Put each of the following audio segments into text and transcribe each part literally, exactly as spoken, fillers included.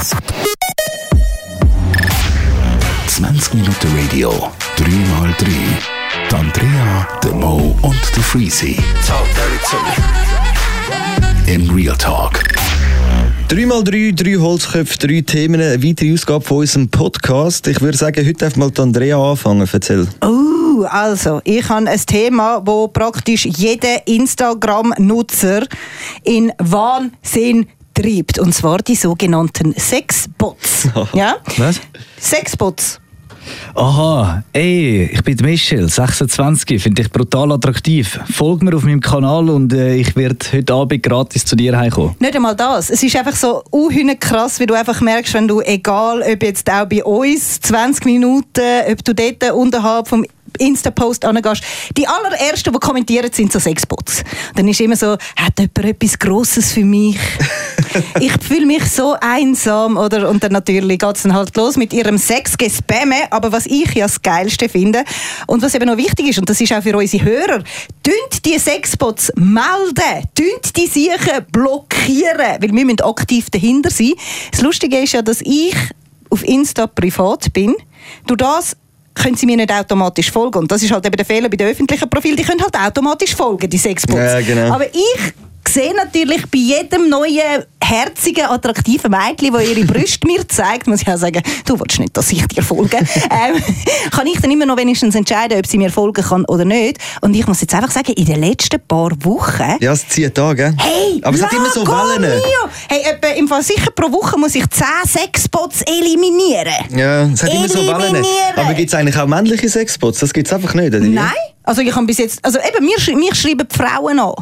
zwanzig Minuten Radio, drei mal drei. Die Andrea, der Mo und der Freezy. Talk dirty to me. In Real Talk. drei mal drei, drei Holzköpfe, drei Themen, eine weitere Ausgabe von unserem Podcast. Ich würde sagen, heute darf mal die Andrea anfangen. Erzähl. Oh, also, ich habe ein Thema, das praktisch jeder Instagram-Nutzer in Wahnsinn treibt. Und zwar die sogenannten Sexbots. Ja? Was? Sexbots. Aha, ey, ich bin Michel, sechsundzwanzig, finde ich brutal attraktiv. Folg mir auf meinem Kanal und äh, ich werde heute Abend gratis zu dir heimkommen. Nicht einmal das. Es ist einfach so unhühne krass, wie du einfach merkst, wenn du, egal ob jetzt auch bei uns zwanzig Minuten, ob du dort unterhalb vom Insta-Post angehst, die allerersten, die kommentieren, sind so Sexbots. Dann ist immer so, hat jemand etwas Grosses für mich? Ich fühle mich so einsam, oder? Und dann natürlich geht es dann halt los mit ihrem Sexgespamme. Aber was ich ja das Geilste finde und was eben noch wichtig ist, und das ist auch für unsere Hörer, tönt die Sexbots melden, tönt die Sachen blockieren, weil wir müssen aktiv dahinter sein. Das Lustige ist ja, dass ich auf Insta privat bin. Durch das können sie mir nicht automatisch folgen. Und das ist halt eben der Fehler bei den öffentlichen Profilen. Die können halt automatisch folgen, die Sexbots. Ja, genau. Aber ich sehe natürlich bei jedem neuen, herzigen, attraktiven Mädchen, das ihre Brüste mir zeigt, muss ich auch sagen, du willst nicht, dass ich dir folge. ähm, kann ich dann immer noch wenigstens entscheiden, ob sie mir folgen kann oder nicht. Und ich muss jetzt einfach sagen, in den letzten paar Wochen... Ja, es zieht da, gell? Hey, aber es hat immer so Wellen. Hey, etwa im Fall sicher pro Woche muss ich zehn Sexbots eliminieren. Ja, es hat immer so Wellen. Aber gibt es eigentlich auch männliche Sexbots? Das gibt es einfach nicht, oder? Nein. Also ich habe bis jetzt... Also eben, mir, mir schreiben die Frauen an.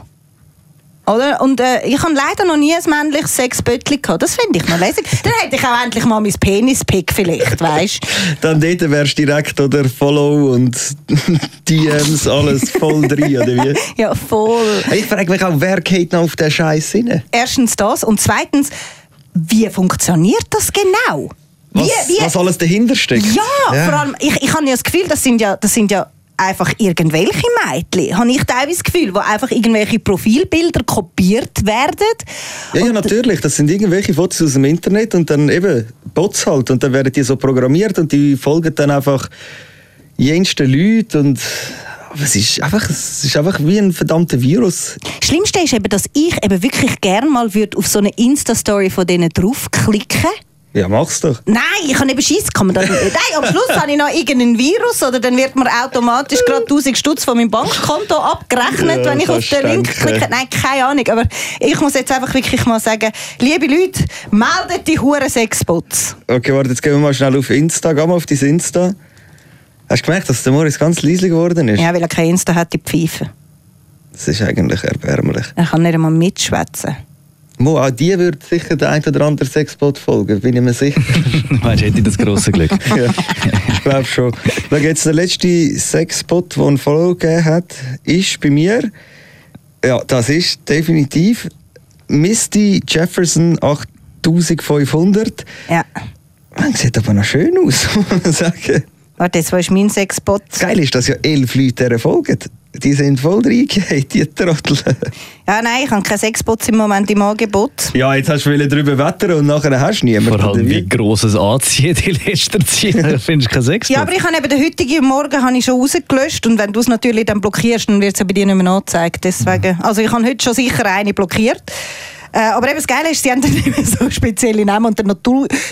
Oder? Und äh, ich habe leider noch nie ein männliches Sexböttchen gehabt. Das finde ich noch lässig. Dann hätte ich auch endlich mal mein Penis-Pick vielleicht, weißt du? Dann dort wärst du direkt oder Follow und D Ms, alles voll drin, oder wie? Ja, voll. Ich frage mich auch, wer geht noch auf den Scheiß rein? Erstens das und zweitens, wie funktioniert das genau? Was, wie, wie? was alles dahinter steckt? Ja, ja. vor allem, ich, ich habe ja das Gefühl, das sind ja... Das sind ja einfach irgendwelche Mädchen, habe ich teilweise das Gefühl, wo einfach irgendwelche Profilbilder kopiert werden. Ja, ja, natürlich. Das sind irgendwelche Fotos aus dem Internet und dann eben Bots halt. Und dann werden die so programmiert und die folgen dann einfach jensten Leuten und aber es ist einfach, es ist einfach wie ein verdammter Virus. Das Schlimmste ist eben, dass ich eben wirklich gerne mal würde auf so eine Insta-Story von denen draufklicken. Ja, mach's doch. Nein, ich habe eben Schiss. Kann man das nicht. Nein, am Schluss habe ich noch irgendeinen Virus oder dann wird mir automatisch gerade tausend Stutz von meinem Bankkonto abgerechnet, ja, wenn ich auf den Link klicke. Nein, keine Ahnung. Aber ich muss jetzt einfach wirklich mal sagen, liebe Leute, meldet die huren Sexbots. Okay, warte, jetzt gehen wir mal schnell auf Insta. Geh mal auf dein Insta. Hast du gemerkt, dass der Moritz ganz leise geworden ist? Ja, weil er kein Insta hat, die Pfeife. Das ist eigentlich erbärmlich. Er kann nicht einmal mitschwätzen. Mo, auch die würde sicher der ein oder andere Sexbot folgen, bin ich mir sicher. Meinst du, hätte ich das grosse Glück? Ja, ich glaube schon. Schau, jetzt der letzte Sexbot, der einen Follow gegeben hat, ist bei mir, ja, das ist definitiv Misty Jefferson achttausendfünfhundert. Ja. Man sieht aber noch schön aus, muss man sagen. Warte, jetzt, wo ist mein Sexbot? Geil ist, dass ja elf Leute folgen. Die sind voll reingegangen, die Trottel. Ja, nein, ich habe keine Sexbots im Moment im Angebot. Ja, jetzt hast du drüber wettern und nachher hast du niemanden. Vor allem, wie grosses Anziehen die letzter Zeit. Findest du kein Sexbot? Ja, aber ich habe eben den heutigen Morgen habe ich schon rausgelöscht und wenn du es natürlich dann blockierst, dann wird es ja bei dir nicht mehr angezeigt. Deswegen, also ich habe heute schon sicher eine blockiert. Äh, aber eben das Geile ist, sie haben dann nicht mehr so spezielle Namen und dann noch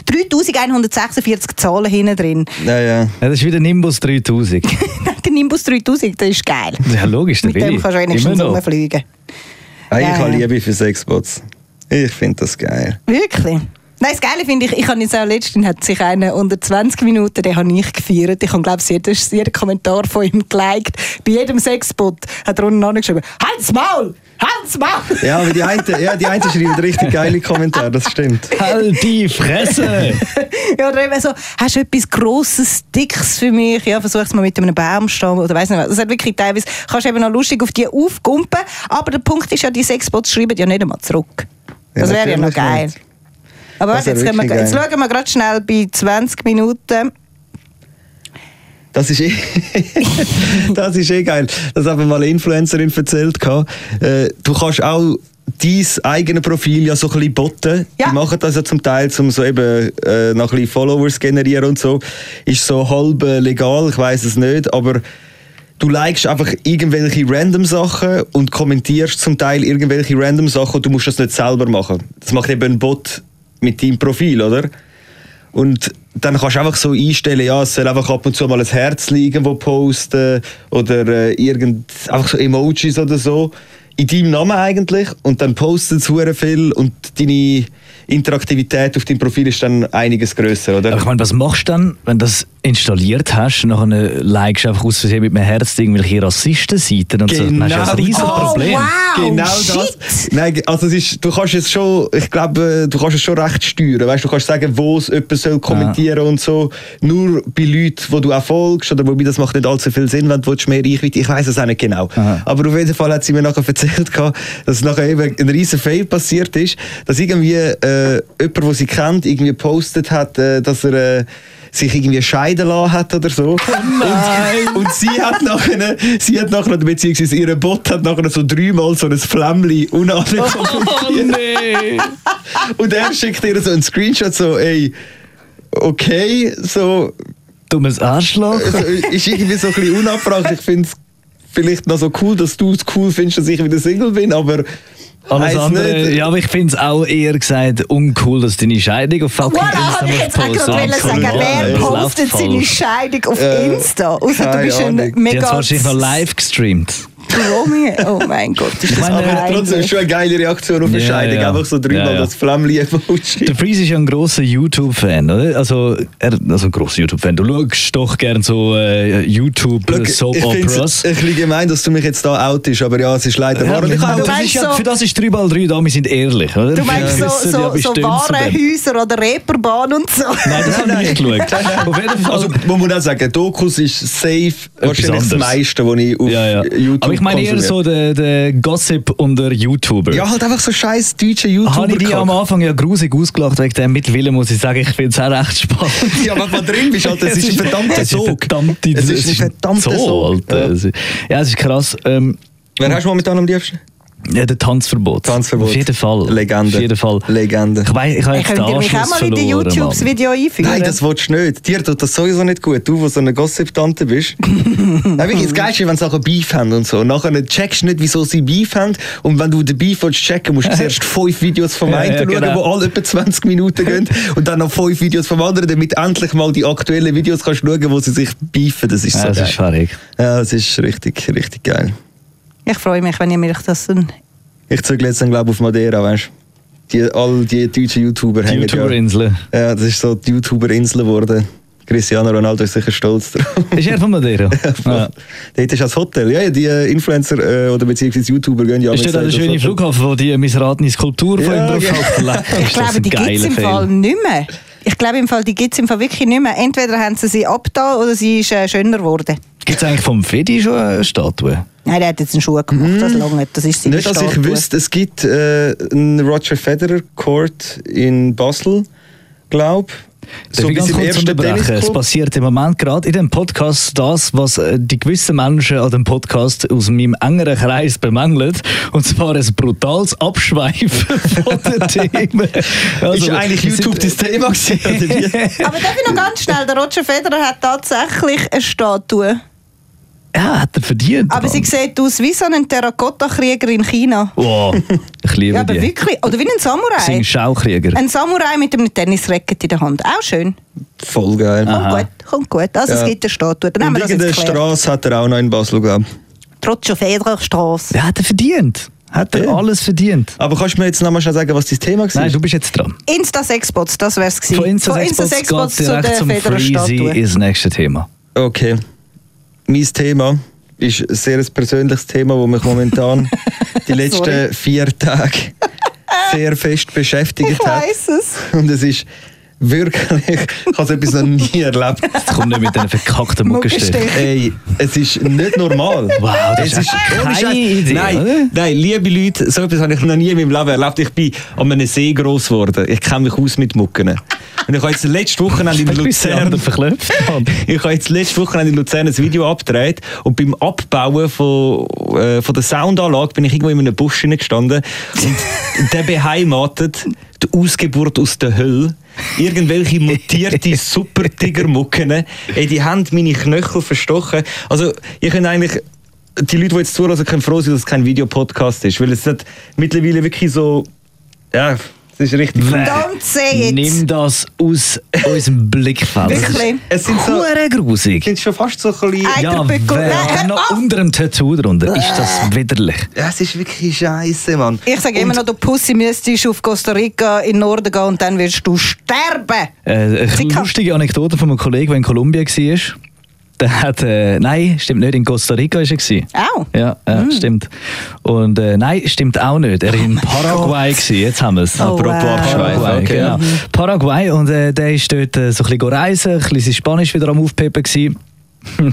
dreitausendeinhundertsechsundvierzig Zahlen hinten drin. Ja, ja. Ja, das ist wie der Nimbus dreitausend. Der Nimbus dreitausend, das ist geil. Ja, logisch, der Mit dem kannst du wenigstens rumfliegen. Ah, ich Ja, habe ja. Liebe für Sexbots. Ich finde das geil. Wirklich? Nein, das Geile finde ich, ich habe jetzt auch letztens hat sich einer unter zwanzig Minuten, den habe ich gefeiert. Ich habe, glaube ich, jeden, jeden Kommentar von ihm geliked. Bei jedem Sexbot hat er unten angeschrieben, «Halt's Maul! Halt's Maul!» Ja, aber die einen, ja, die einen schreiben richtig geile Kommentare, das stimmt. Halt die Fresse! Ja, oder eben so, «Hast du etwas Grosses, Dickes für mich?» Ja, versuch es mal mit einem Baumstamm oder weiss nicht was. Das hat wirklich teilweise, kannst du eben noch lustig auf die aufgumpen. Aber der Punkt ist ja, die Sexbots schreiben ja nicht einmal zurück. Das Ja, wäre ja noch geil. nicht. Aber Das warte, jetzt, wäre können wir, wirklich jetzt geil. schauen wir gerade schnell bei zwanzig Minuten. Das ist eh, das ist eh geil. Das hat mir mal eine Influencerin erzählt. Äh, du kannst auch dein eigenes Profil ja so ein bisschen botten. Ja. Die machen das ja zum Teil, um so eben äh, noch ein bisschen Followers generieren und so. Ist so halb äh, legal, ich weiß es nicht, aber du likest einfach irgendwelche random Sachen und kommentierst zum Teil irgendwelche random Sachen und du musst das nicht selber machen. Das macht eben ein Bot mit deinem Profil, oder? Und dann kannst du einfach so einstellen, ja, es soll einfach ab und zu mal ein Herz liegen, das posten oder äh, irgend, einfach so Emojis oder so. In deinem Namen eigentlich. Und dann postet es sehr viel und deine Interaktivität auf deinem Profil ist dann einiges grösser, oder? Aber ich meine, was machst du dann, wenn du das installiert hast und nachher likest du einfach aus Versehen mit einem Herz irgendwelche Rassistenseiten und Genau. so, dann hast du ein riesiges Oh, Problem. wow. Genau shit. das. Nein, also es ist, du kannst es schon, ich glaube, du kannst es schon recht steuern. Weißt, du kannst sagen, wo es jemand soll kommentieren und so. Nur bei Leuten, die du auch folgst, oder wobei das macht nicht allzu viel Sinn, wenn du mehr Reichweite. Ich weiß es auch nicht genau. Aha. Aber auf jeden Fall hat sie mir nachher erzählt, dass nachher eben ein riesen Fail passiert ist, dass irgendwie äh, jemand, der sie kennt, irgendwie gepostet hat, äh, dass er äh, sich irgendwie scheiden lassen hat oder so. Nein. Und, und sie hat nachher, sie hat nachher, beziehungsweise ihr Bot hat nachher so dreimal so ein Flämmchen unangenehm Oh nee! und er schickt ihr so einen Screenshot so, ey, okay, so, Dummes Arschloch. also, ist irgendwie so ein bisschen unabbracht. Ich finde es vielleicht noch so cool, dass du es cool findest, dass ich wieder Single bin, aber Alles weiss andere, nicht. ja, aber ich finde es auch eher gesagt uncool, dass deine Scheidung auf fucking Voilà, Insta ich jetzt auch musst gerade posten. sagen, Absolut. wer Ja, das läuft postet seine falsch. Scheidung auf Äh, Insta? Außer du keine bist ein Ahnung. Die hat mega es wahrscheinlich noch live gestreamt. Promi. Oh mein Gott, ist das meine, aber trotzdem ist peinlich. schon eine geile Reaktion auf eine Ja, Scheidung. ja. Einfach so dreimal Ja, ja. das Flämmchen-Emoji. Der Freeze ist ja ein grosser YouTube-Fan, oder? Also, er, also ein grosser YouTube-Fan. Du schaust doch gerne so äh, Ich finde YouTube-Soap-Operas. es ein bisschen gemein, dass du mich jetzt da outest, aber ja, es ist leider Ja, wahr. Und ich aber habe das meinst ist ja, so- für das ist drei mal drei da, wir sind ehrlich, oder? Du meinst Wir so, wissen ja, so, wie so stehen zu dem. Warenhäuser oder Reeperbahn und so? Nein, das habe ich nicht geschaut. Auf jeden Fall. Also, man muss auch sagen, Dokus ist safe wahrscheinlich das anderes. meiste, was ich auf ja, ja. YouTube Aber ich meine eher konsumiere. so der, der Gossip unter YouTuber. Ja, halt einfach so scheiß deutsche YouTuber. Habe ich die am gehabt. Anfang ja grusig ausgelacht wegen dem. Mittlerweile muss ich sagen, ich finde es auch recht spannend. Ja, aber wenn du drin bist, Alter, es ist ein verdammter Es ist ein Sog. verdammte- Es ist ein verdammter Zoo, Sog. Alter. Ja. Es ist- Ja, es ist krass. Ähm, Wer hast du momentan am liebsten? ja, der Tanzverbot. Tanzverbot. Auf jeden Fall. Legende. Auf jeden Fall. Legende. Ich, weiss, ich habe Ich jetzt den könnte mich auch Anschluss mal in die verloren, Mann. YouTube-Video einführen. Nein, das willst du nicht. Dir tut das sowieso nicht gut. Du, der so eine Gossip-Tante bist. Nein, wirklich, das Geilste ist, wenn sie Sachen Beef haben und so. Und nachher checkst du nicht, wieso sie Beef haben. Und wenn du den Beef willst checken, musst du zuerst fünf Videos vom Ja, einen ja, schauen, genau. die alle etwa zwanzig Minuten gehen. Und dann noch fünf Videos vom anderen, damit endlich mal die aktuellen Videos kannst schauen, wo sie sich beefen. Das ist Ja, so das geil. ist verrückt. Ja, das ist richtig, richtig geil. Ich freue mich, wenn ihr mir das dann... Ich zögle jetzt dann, glaube ich, auf Madeira, weißt du? Die, all die deutschen YouTuber Die hängen YouTuber-Insel. ja. Ja, das ist so die YouTuber-Insel geworden. Cristiano Ronaldo ist sicher stolz drauf. Ist er von Madeira? Ja. Dort ist das Hotel. Ja, ja, die äh, Influencer äh, oder beziehungsweise YouTuber gehen ja Ist mit dort der so- schöne Flughafen, wo die missratene Skulptur von Ja, ihm drauf genau. hat? Ich glaube, die gibt es im Fall nicht mehr. Ich glaube, im Fall, die gibt es im Fall wirklich nicht mehr. Entweder haben sie sie abgetan oder sie ist äh, schöner geworden. Gibt es eigentlich vom Fedi schon eine Statue? Nein, der hat jetzt einen Schuh gemacht, das lange nicht. Das ist seine Nicht, dass ich Statue. wüsste, es gibt äh, einen Roger Federer Court in Basel, glaube Darf ich ganz kurz unterbrechen? Es passiert im Moment gerade in dem Podcast das, was äh, die gewissen Menschen an dem Podcast aus meinem engeren Kreis bemängeln. Und zwar ein brutales Abschweifen von den Themen. Also, ist eigentlich wir sind- YouTube das Thema gewesen, oder wie? Aber darf ich noch ganz schnell, der Roger Federer hat tatsächlich eine Statue. Ja, hat er verdient. Aber sie Mann. sieht aus wie so ein Terrakotta-Krieger in China. Wow, ich liebe Ja, aber die. wirklich. Oder wie ein Sie sind Samurai. Schaukrieger. Ein Samurai mit einem Tennisracket in der Hand. Auch schön. Voll geil. Kommt Aha. gut, kommt gut. Also Ja. es gibt eine Statue. Dann haben Und wir das irgendeine jetzt geklärt. Straße hat er auch noch in Basel, glaube ich. Roger Federer Straße. Ja, hat er verdient. Hat er Ja. alles verdient. Aber kannst du mir jetzt noch mal schnell sagen, was dein Thema war? Nein, du bist jetzt dran. Insta-Sexbots, das wär's gewesen. Von Insta-Sexbots Insta-Sexbots geht direkt zum Freezy ins nächste Thema. Okay. Mein Thema ist ein sehr persönliches Thema, das mich momentan die letzten Sorry. vier Tage sehr fest beschäftigt Ich hat. weiss es. Und es ist wirklich, ich habe so etwas noch nie erlebt. Jetzt kommt nicht mit diesen verkackten Muckenstich. Muckenstich. Ey, es ist nicht normal. Wow, das es ist ist keine ohne Scheiß. Idee, Nein, oder? nein, liebe Leute, so etwas habe ich noch nie in meinem Leben erlebt. Ich bin an einem See gross geworden. Ich kenne mich aus mit Mucken. Und ich habe jetzt letzte Wochenende in Luzern ich habe jetzt letzte Wochenende in Luzern ein Video abgedreht und beim Abbauen von, äh, von der Soundanlage bin ich irgendwo in einem Busch hineingestanden und der beheimatet die Ausgeburt aus der Hölle. Irgendwelche mutierte Super-Tiger-Mucken. Ey, die haben meine Knöchel verstochen. Also, ihr könnt eigentlich, die Leute, die jetzt zuhören, können froh sein, dass es kein Videopodcast ist. Weil es hat mittlerweile wirklich so, ja, das ist richtig. Don't say it. Nimm das aus unserem Blickfeld. Wirklich? Es sind so grusig. Es sind schon fast so ein bisschen... Ja, wer noch unter dem Tattoo drunter, ist das widerlich. Ja, es ist wirklich scheiße, Mann. Ich sage immer noch, du Pussy müsstest auf Costa Rica in den Norden gehen und dann wirst du sterben. Äh, eine lustige Anekdote von einem Kollegen, der in Kolumbien war. Der hat, äh, nein, stimmt nicht, in Costa Rica war er. Auch? Ja, ja mm. stimmt. Und äh, nein, stimmt auch nicht. Er war in Paraguay. Gewesen. Jetzt haben wir es. Oh, Apropos wow. Abschweifen. Okay, genau. Paraguay. Und äh, der ist dort äh, so ein bisschen reisen, ein bisschen Spanisch wieder am Aufpeppen gewesen. Und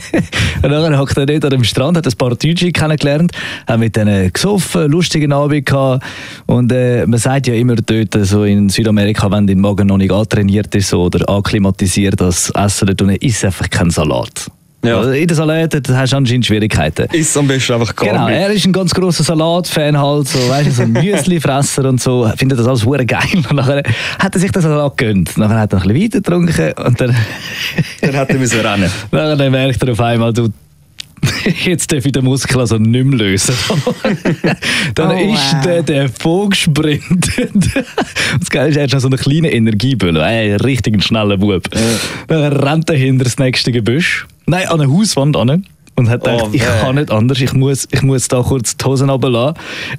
dann hockt er dort an dem Strand, hat ein paar Deutsche kennengelernt, hat mit denen gesoffen, lustigen Abend gehabt. Und äh, man sagt ja immer dort, so in Südamerika, wenn dein Magen noch nicht antrainiert ist so, oder akklimatisiert, das Essen dort unten, isst einfach kein Salat. Ja. Also in den Salaten hast du anscheinend Schwierigkeiten. Ist am besten einfach gar Genau, nicht. er ist ein ganz grosser Salat-Fan halt, so, weißt du, so ein Müsli-Fresser und so, findet das alles verdammt geil. Und nachher hat er sich das Salat gegönnt. Nachher hat er ein bisschen weiter getrunken und dann... dann hat er müssen rennen. Dann merkt er auf einmal, du, jetzt darf ich den Muskel also nicht mehr lösen. Dann Oh, ist wow. der, der vorgesprintet. Das Geile ist, er ist noch so eine kleine Energiebülle, ein richtig schneller Bub. Ja. Dann rennt er hinter das nächste Gebüsch, nein, an eine Hauswand an. Und hat gedacht, Oh, ich kann nicht anders, ich muss, ich muss da kurz die Hosen runterlassen.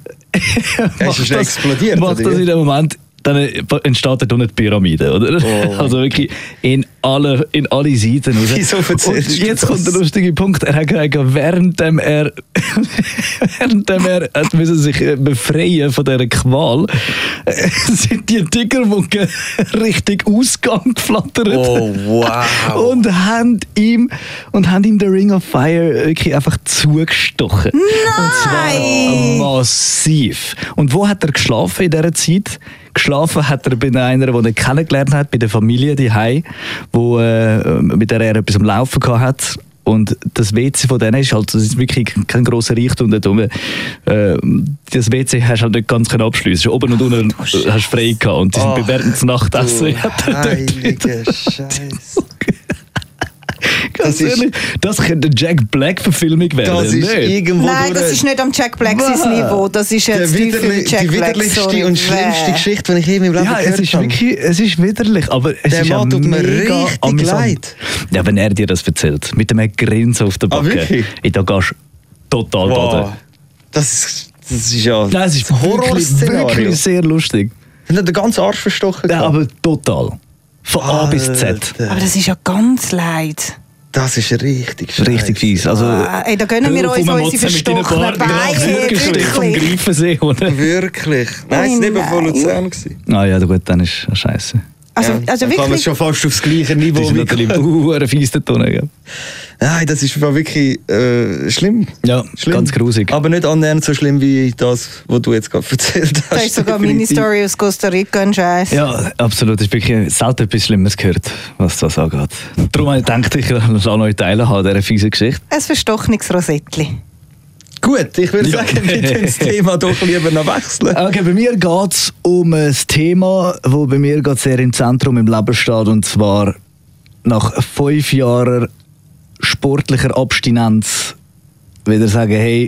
Hast du schon explodiert? Macht das in dem Moment, dann entsteht da eine Pyramide, oder? Oh. Also wirklich in alle, in alle Seiten. Wieso erzählst und du jetzt das? kommt der lustige Punkt. Er hat gesagt, währenddem er, währenddem er hat müssen sich befreien von dieser Qual, sind die Tigermucken richtig Ausgang geflattert. Oh, wow. Und haben ihm, und haben ihm den Ring of Fire wirklich einfach zugestochen. Nein! Und zwar massiv. Und wo hat er geschlafen in dieser Zeit? Geschlafen hat er bei einer, die er kennengelernt hat, bei der Familie daheim, wo äh, mit der er etwas am Laufen gehabt hat. Und das W C von denen ist halt, das ist wirklich kein grosser Reichtum da drum. Äh, das W C hast du halt nicht ganz abschliessen. Oben und unten hast du frei gehabt. Und die sind bei während Nachtessen. Heilige Scheiße. Ganz Das ist- ehrlich, das könnte eine Jack Black-Verfilmung werden. Das ist nicht? irgendwo Nein, durch- das ist nicht am Jack Black sein Niveau. Das ist der jetzt tief widerli über Jack die Black. widerlichste sorry. und schlimmste Geschichte, die ich je in meinem Leben Ja, es gehört ist habe. wirklich, es ist widerlich, aber es Der ist Mann ja tut mir mega richtig amüsant. leid. Ja, wenn er dir das erzählt, mit einem Grinsen auf der Ah, Backe, wirklich? ey, da gehst du total Wow. da. Das ist, das ist ja Nein, es ist ein wirklich, Horrorszenario. wirklich sehr lustig. Hat er den ganzen Arsch verstochen? Ja, gehabt? aber total. Von A bis Z. Alter, Aber das ist ja ganz leid. Das ist richtig scheiße. Richtig fies. Also, Ah, ey, da gönnen wir hör auf, uns rummotzen unsere mit deinen verstochenen Barten, Beine. wirklich vom Wirklich. Greifensee, oder? Wirklich. Nein, es Oh war neben von nein. Luzern. gewesen. Ah ja, gut, dann ist es scheiße. Also, Ja, also dann kann man wirklich. schon fast aufs gleiche Das Niveau ist natürlich ein fies da drin, gell? Nein, das ist wirklich äh, schlimm. Ja, schlimm. ganz grusig. Aber nicht annähernd so schlimm wie das, was du jetzt gerade erzählt hast. Da ist sogar meine Definitiv. Story aus Costa Rica ein Scheiß. Ja, absolut. Ich habe wirklich selten etwas Schlimmes gehört, was das angeht. Darum habe ich gedacht, ich lasse euch teilen an dieser fiesen Geschichte. Ein verstochenes Rosettli. Gut, ich würde sagen, wir tun das Thema doch lieber noch wechseln. Okay, bei mir geht es um ein Thema, das bei mir gerade sehr im Zentrum im Leben steht. Und zwar nach fünf Jahren sportlicher Abstinenz wieder sagen, hey,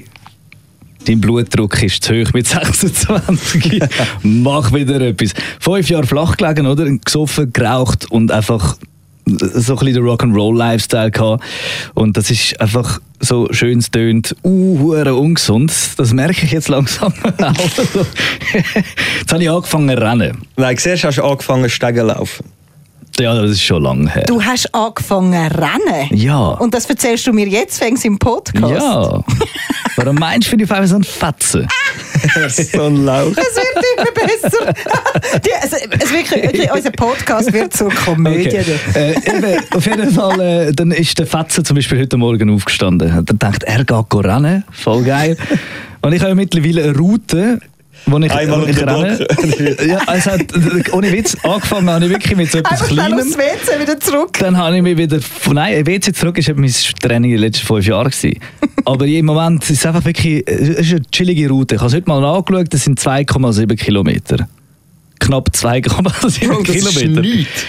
dein Blutdruck ist zu hoch mit sechsundzwanzig. Mach wieder etwas. Fünf Jahre flach gelegen, oder? Gesoffen, geraucht und einfach so ein bisschen den Rock'n'Roll-Lifestyle gehabt. Und das ist einfach so schön, es tönt, uh, hure ungesund. Das merke ich jetzt langsam auch. Jetzt habe ich angefangen zu rennen. Nein, zuerst hast du angefangen Stegen zu laufen. Ja, das ist schon lange her. Du hast angefangen zu rennen. Ja. Und das erzählst du mir jetzt, fängst im Podcast. Ja. Warum meinst du, bin ich auf einmal so ein Fetzen? So ein Lauch. Es wird immer besser. Die, es, es wirklich, wirklich, unser Podcast wird zur Komödie. Okay. Äh, eben, auf jeden Fall, äh, dann ist der Fetzen zum Beispiel heute Morgen aufgestanden. Dann denkt er geht rennen, voll geil. Und ich habe ja mittlerweile eine Route wo ich, Einmal wo ich renne. Ja, also, ohne Witz, angefangen habe ich wirklich mit so etwas Einfach Kleinem. aufs W C wieder zurück. Dann habe ich mich wieder... Nein, W C zurück war mein Training in den letzten fünf Jahren. Aber im Moment ist es einfach wirklich... Es ist eine chillige Route. Ich habe es heute mal angeschaut, das sind zwei Komma sieben Kilometer. Knapp zwei Komma sieben Kilometer.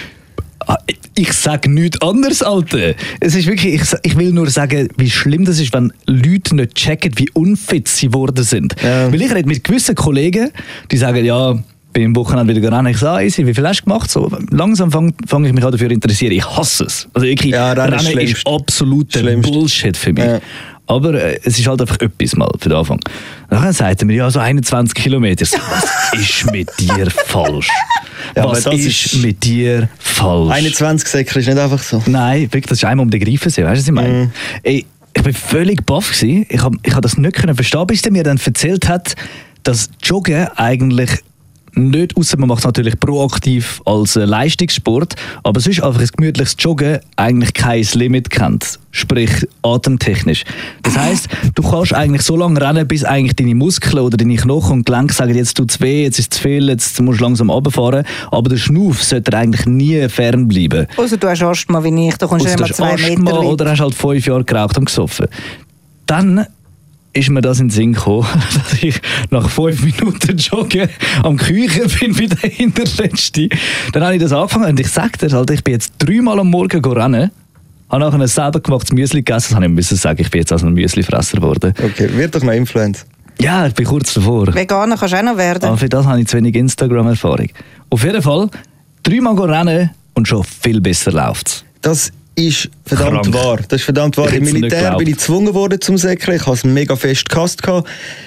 Ich sage nichts anderes, Alter. Es ist wirklich, ich, ich will nur sagen, wie schlimm das ist, wenn Leute nicht checken, wie unfit sie geworden sind. Ja. Weil ich rede mit gewissen Kollegen, die sagen, ja, bin am Wochenende wieder rennen. Ich sage, easy, wie viel hast du gemacht? So, langsam fange fang ich mich auch dafür interessieren. Ich hasse es. Also wirklich, ja, Rennen ist, ist absoluter Bullshit für mich. Ja. Aber äh, es ist halt einfach etwas mal für den Anfang. Dann sagt er mir, ja, so einundzwanzig Kilometer. So, was ist mit dir falsch? Ja, was ist, ist mit dir falsch? einundzwanzig Säcke ist nicht einfach so. Nein, wirklich, das ist einmal um den Greifensee, weißt du, was ich meine? Mm. Ey, ich war völlig baff gewesen. Ich habe ich hab das nicht können verstehen, bis er mir dann erzählt hat, dass Joggen eigentlich nicht, ausser man macht es natürlich proaktiv als äh, Leistungssport, aber sonst einfach ein gemütliches Joggen eigentlich kein Limit kennt, sprich atemtechnisch. Das heisst, du kannst eigentlich so lange rennen, bis eigentlich deine Muskeln oder deine Knochen und Gelenke sagen, jetzt tut es weh, jetzt ist es zu viel, jetzt musst du langsam runterfahren, aber der Schnuff sollte eigentlich nie fernbleiben. Also du hast Asthma wie ich, da kommst du immer zwei Meter weit. Oder hast halt fünf Jahre geraucht und gesoffen. Dann ist mir das in den Sinn gekommen, dass ich nach fünf Minuten Joggen am Küchen bin wie der Hinterletzte. Dann habe ich das angefangen und ich sage dir, halt, ich bin jetzt dreimal am Morgen rennen, habe nachher ein selber gemachtes Müsli gegessen, das habe ich müssen sagen, ich bin jetzt also ein Müslifresser geworden. Okay, wird doch noch Influencer. Ja, ich bin kurz davor. Veganer kannst du auch noch werden. Aber für das habe ich zu wenig Instagram-Erfahrung. Auf jeden Fall, dreimal rennen und schon viel besser läuft es. Das ist verdammt Krank. wahr. Das ist verdammt wahr. Im Militär bin ich gezwungen worden zum Säckeln. Ich hatte es mega fest gehasst. Bei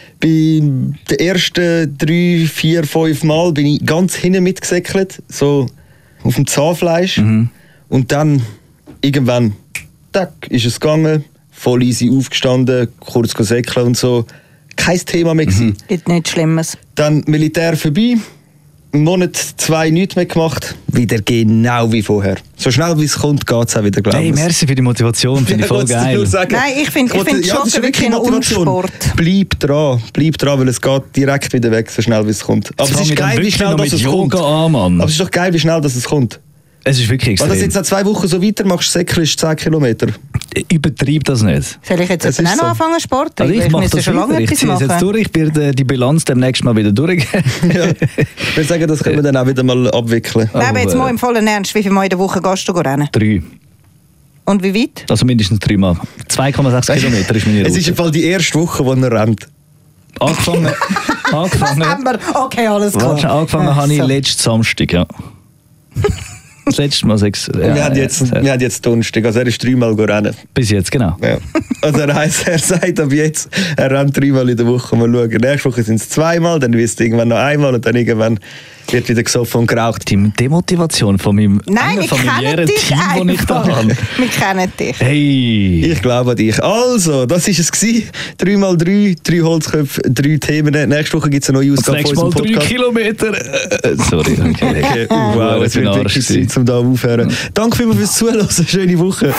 den ersten drei, vier, fünf Mal bin ich ganz hinten mitgesäckelt, so auf dem Zahnfleisch. Mhm. Und dann irgendwann, tack, ist es gegangen, voll easy aufgestanden, kurz säckeln und so. Kein Thema mehr gewesen. Gibt nichts Schlimmes. Dann Militär vorbei. Einen Monat, zwei nichts mehr gemacht, wieder genau wie vorher. So schnell wie es kommt, geht es auch wieder, glaube ich. Hey, merci für die Motivation, finde ich voll geil. Nein, ich finde ich find ja, Joggen wirklich ein Unsport. Bleib dran, bleib dran, weil es geht direkt wieder weg, so schnell wie es kommt. Aber es ist geil, wie schnell dass es kommt. An, Mann. Aber es ist doch geil, wie schnell dass es kommt. Es ist wirklich extrem. Wenn du jetzt nach zwei Wochen so weitermachst, Säckeln ist zehn Kilometer. Übertreib das nicht. Soll ich jetzt auch noch so. anfangen Sport? Also ich, ich mache das schon lange. Ich ziehe es jetzt durch. Ich werde die Bilanz demnächst mal wieder durchgehen. Ja. Ich würde sagen, das können wir dann auch wieder mal abwickeln. Nein, aber jetzt mal im vollen Ernst. Wie viele Mal in der Woche gehst du rennen? Drei. Und wie weit? Also mindestens dreimal. zwei Komma sechs Kilometer ist meine Route. Es ist im Fall die erste Woche, wo er rennt. Angefangen... angefangen Was haben wir? Okay, alles klar. Warte, angefangen ja, habe ich so. letzten Samstag, ja. Das letzte Mal sechs. Ja, wir haben jetzt, ja, wir haben jetzt Donnerstag, also er ist dreimal rennen. Bis jetzt, genau. Ja. Also er, heisst, er sagt ab jetzt, er rennt dreimal in der Woche. Mal schauen. Nächste Woche sind es zweimal, dann wirst du irgendwann noch einmal und dann irgendwann wird wieder gesoffen und geraucht. Die Demotivation von meinem Nein, familiären Team, das ich da habe. Wir kennen dich. Hey! Ich glaube an dich. Also, das war es gewesen. drei mal drei, drei Holzköpfe, drei Themen. Nächste Woche gibt es eine neue Ausgabe von unserem Podcast. drei Kilometer. Äh, sorry. Okay. Okay. Wow, es wird wirklich Zeit, um da aufzuhören. Ja. Danke vielmals fürs Zuhören. Schöne Woche.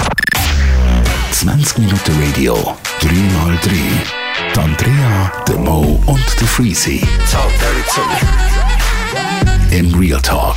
zwanzig Minuten Radio, drei mal drei. Andrea, der Mo und der Freezy. Talk dirty to me. In Real Talk.